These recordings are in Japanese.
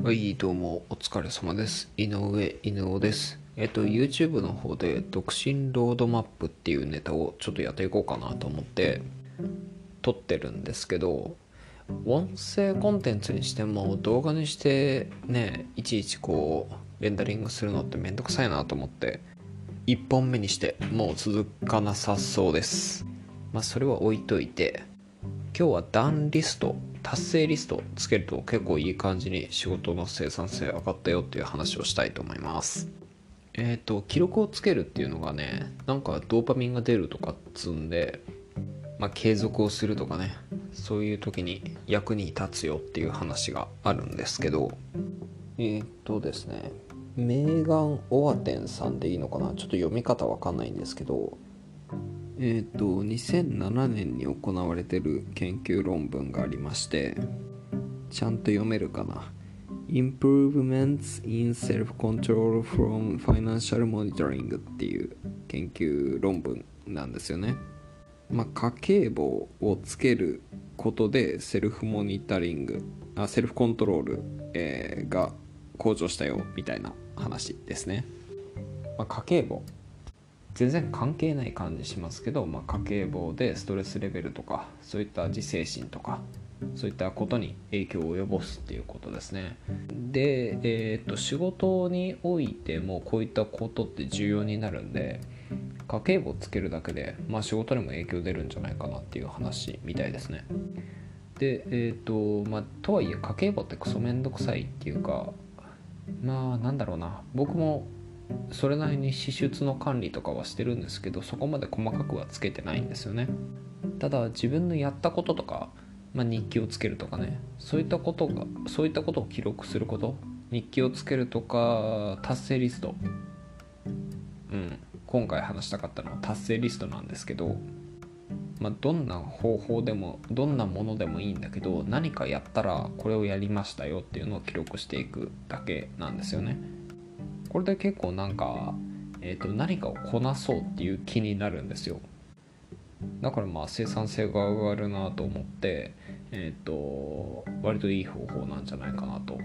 はい、どうもお疲れ様です。井上犬尾です。YouTube の方で独身ロードマップっていうネタをちょっとやっていこうかなと思って撮ってるんですけど、音声コンテンツにしても動画にしてね、いちいちレンダリングするのってめんどくさいなと思って1本目にしてもう続かなさそうです。それは置いといて、今日は段リスト、達成リストつけると結構いい感じに仕事の生産性上がったよっていう話をしたいと思います。記録をつけるっていうのがね、なんかドーパミンが出るとかっつんで、継続をするとかね、そういう時に役に立つよっていう話があるんですけど、ですね、メーガン・オアテンさんでいいのかな、ちょっと読み方わかんないんですけど、2007年に行われてる研究論文がありまして、ちゃんと読めるかな。Improvements in Self-Control from Financial Monitoring っていう研究論文なんですよね。家計簿をつけることでセルフモニタリング、セルフコントロール、が向上したよみたいな話ですね。家計簿全然関係ない感じしますけど、家計簿でストレスレベルとかそういった自制心とかそういったことに影響を及ぼすっていうことですね。で、仕事においてもこういったことって重要になるんで、家計簿つけるだけで、仕事にも影響出るんじゃないかなっていう話みたいですね。で、とはいえ家計簿ってクソめんどくさいっていうか、なんだろうな、僕もそれなりに支出の管理とかはしてるんですけど、そこまで細かくはつけてないんですよね。ただ自分のやったこととか、日記をつけるとかね、そういったことを記録すること、日記をつけるとか達成リスト、今回話したかったのは達成リストなんですけど、どんな方法でもどんなものでもいいんだけど、何かやったらこれをやりましたよっていうのを記録していくだけなんですよね。これで結構何かをこなそうっていう気になるんですよ。だから生産性が上がるなと思って、割といい方法なんじゃないかなと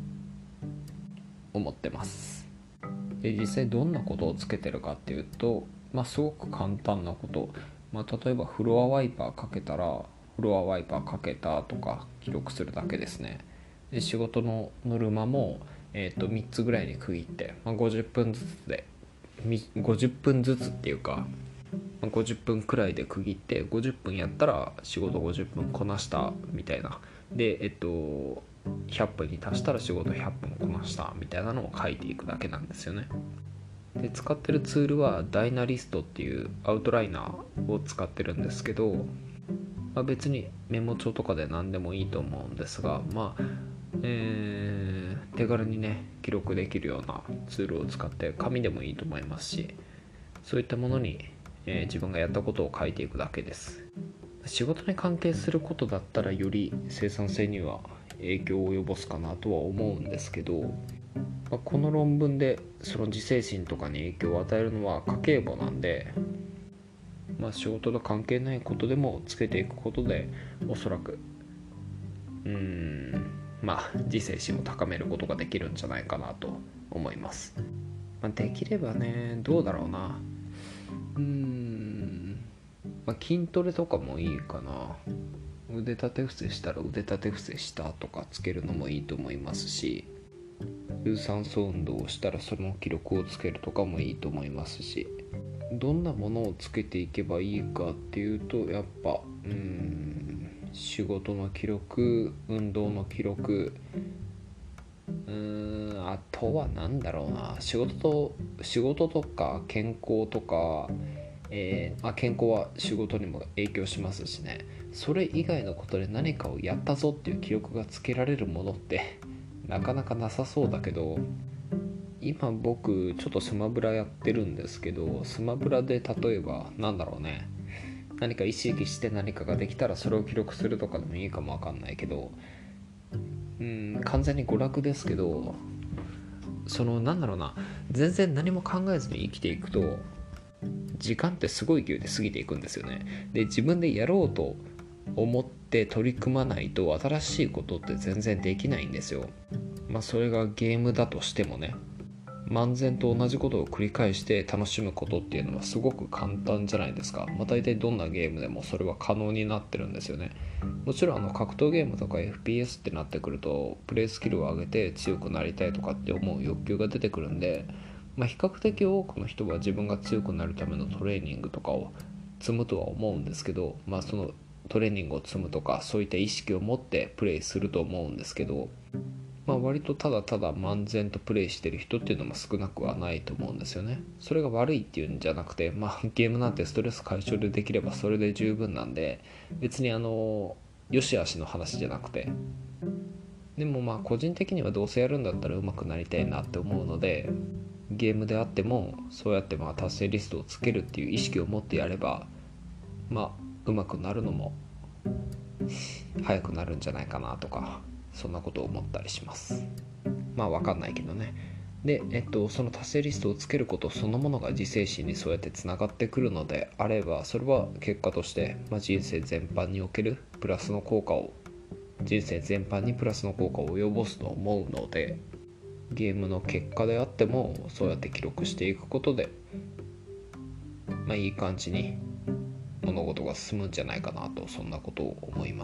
思ってます。で、実際どんなことをつけてるかっていうと、すごく簡単なこと、例えばフロアワイパーかけたらフロアワイパーかけたとか記録するだけですね。で、仕事のノルマも、3つぐらいに区切って、50分ずつで50分ずつっていうか、50分くらいで区切って、50分やったら仕事50分こなしたみたいな。で、100分に達したら仕事100分こなしたみたいなのを書いていくだけなんですよね。で、使ってるツールはダイナリストっていうアウトライナーを使ってるんですけど、別にメモ帳とかで何でもいいと思うんですが、手軽にね記録できるようなツールを使って、紙でもいいと思いますし、そういったものに、自分がやったことを書いていくだけです。仕事に関係することだったらより生産性には影響を及ぼすかなとは思うんですけど、この論文でその自制心とかに影響を与えるのは家計簿なんで、仕事と関係ないことでもつけていくことで、おそらく自制心を高めることができるんじゃないかなと思います。できればね、どうだろうな、筋トレとかもいいかな。腕立て伏せしたら腕立て伏せしたとかつけるのもいいと思いますし、有酸素運動をしたらその記録をつけるとかもいいと思いますし、どんなものをつけていけばいいかっていうと、やっぱ仕事の記録、運動の記録、あとは何だろうな、仕事とか健康とか、健康は仕事にも影響しますしね。それ以外のことで何かをやったぞっていう記録がつけられるものってなかなかなさそうだけど、今僕ちょっとスマブラやってるんですけど、スマブラで例えば何か意識して何かができたらそれを記録するとかでもいいかもわかんないけど、完全に娯楽ですけど、全然何も考えずに生きていくと時間ってすごい勢いで過ぎていくんですよね。で、自分でやろうと思って取り組まないと新しいことって全然できないんですよ。 それがゲームだとしてもね、漫然と同じことを繰り返して楽しむことっていうのはすごく簡単じゃないですか。大体どんなゲームでもそれは可能になってるんですよね。もちろん格闘ゲームとか FPS ってなってくるとプレイスキルを上げて強くなりたいとかって思う欲求が出てくるんで、比較的多くの人は自分が強くなるためのトレーニングとかを積むとは思うんですけど、そのトレーニングを積むとかそういった意識を持ってプレイすると思うんですけど、割とただただ漫然とプレイしてる人っていうのも少なくはないと思うんですよね。それが悪いっていうんじゃなくて、ゲームなんてストレス解消でできればそれで十分なんで、別によし悪しの話じゃなくて、でも個人的にはどうせやるんだったら上手くなりたいなって思うので、ゲームであってもそうやって達成リストをつけるっていう意識を持ってやれば上手くなるのも早くなるんじゃないかなとか、そんなことを思ったりします。分かんないけどね。で、その達成リストをつけることそのものが自制心にそうやってつながってくるのであれば、それは結果として、人生全般におけるプラスの効果を人生全般にプラスの効果を及ぼすと思うので、ゲームの結果であってもそうやって記録していくことで、いい感じに物事が進むんじゃないかなと、そんなことを思います。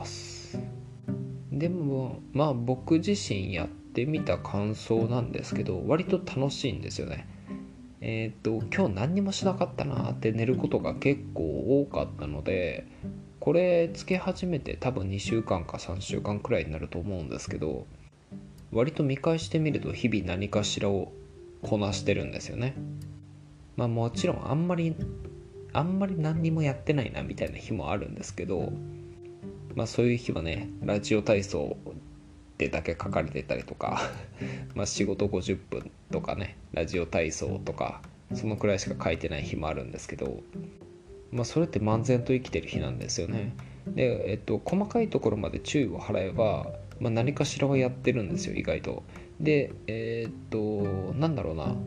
でも僕自身やってみた感想なんですけど、割と楽しいんですよね。今日何にもしなかったなって寝ることが結構多かったので、これつけ始めて多分2週間か3週間くらいになると思うんですけど、割と見返してみると日々何かしらをこなしてるんですよね。もちろんあんまり何にもやってないなみたいな日もあるんですけど、そういう日はね、ラジオ体操でだけ書かれてたりとか仕事50分とかね、ラジオ体操とかそのくらいしか書いてない日もあるんですけど、それって漫然と生きてる日なんですよね。で、細かいところまで注意を払えば、何かしらはやってるんですよ、意外と。で、なんだろうな、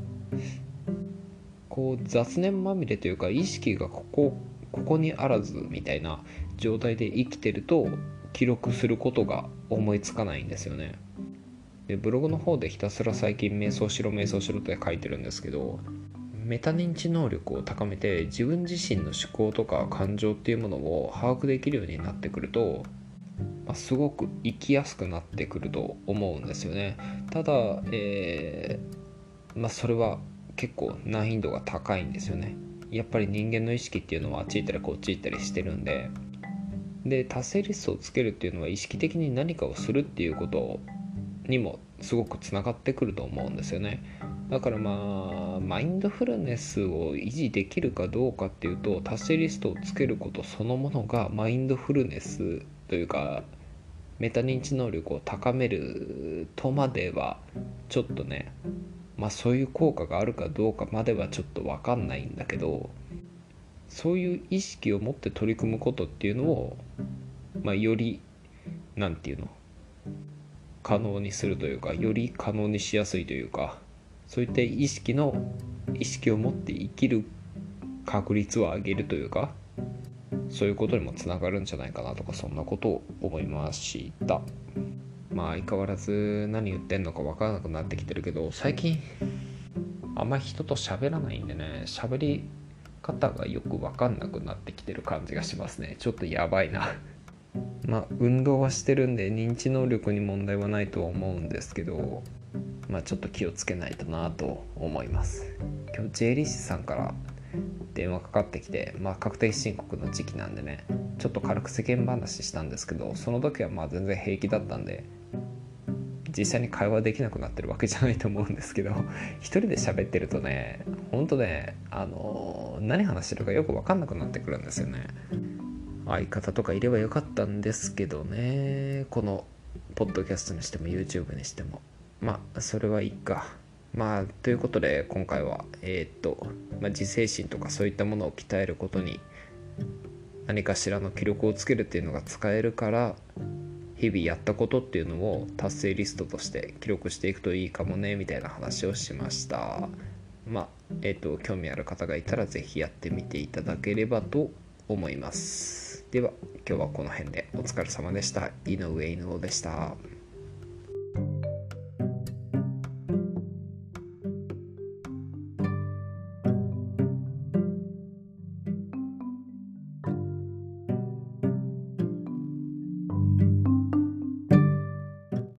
雑念まみれというか、意識がここにあらずみたいな状態で生きてると記録することが思いつかないんですよね。でブログの方でひたすら最近瞑想しろって書いてるんですけど、メタ認知能力を高めて自分自身の思考とか感情っていうものを把握できるようになってくると、すごく生きやすくなってくると思うんですよね。ただ、それは結構難易度が高いんですよね。やっぱり人間の意識っていうのはあっち行ったりこっち行ったりしてるんで、達成リストをつけるっていうのは意識的に何かをするっていうことにもすごくつながってくると思うんですよね。だからマインドフルネスを維持できるかどうかっていうと、達成リストをつけることそのものがマインドフルネスというかメタ認知能力を高めるとまではちょっとね、そういう効果があるかどうかまではちょっと分かんないんだけど、そういう意識を持って取り組むことっていうのを、よりなんていうの可能にするというか、より可能にしやすいというか、そういった意識を持って生きる確率を上げるというか、そういうことにもつながるんじゃないかなとか、そんなことを思いました。相変わらず何言ってんのか分からなくなってきてるけど、最近あんまり人と喋らないんでね、喋り方がよく分かんなくなってきてる感じがしますね。ちょっとやばいな運動はしてるんで認知能力に問題はないとは思うんですけど、ちょっと気をつけないとなと思います。今日税理士さんから電話かかってきて、確定申告の時期なんでね、ちょっと軽く世間話したんですけど、その時は全然平気だったんで実際に会話できなくなってるわけじゃないと思うんですけど、一人で喋ってるとね、ほんとね、何話してるかよく分かんなくなってくるんですよね。相方とかいればよかったんですけどね、このポッドキャストにしても YouTube にしても、それはいいか。ということで今回は自制心とかそういったものを鍛えることに何かしらの記録をつけるっていうのが使えるから、日々やったことっていうのを達成リストとして記録していくといいかもねみたいな話をしました。興味ある方がいたらぜひやってみていただければと思います。では今日はこの辺でお疲れ様でした。井上でした。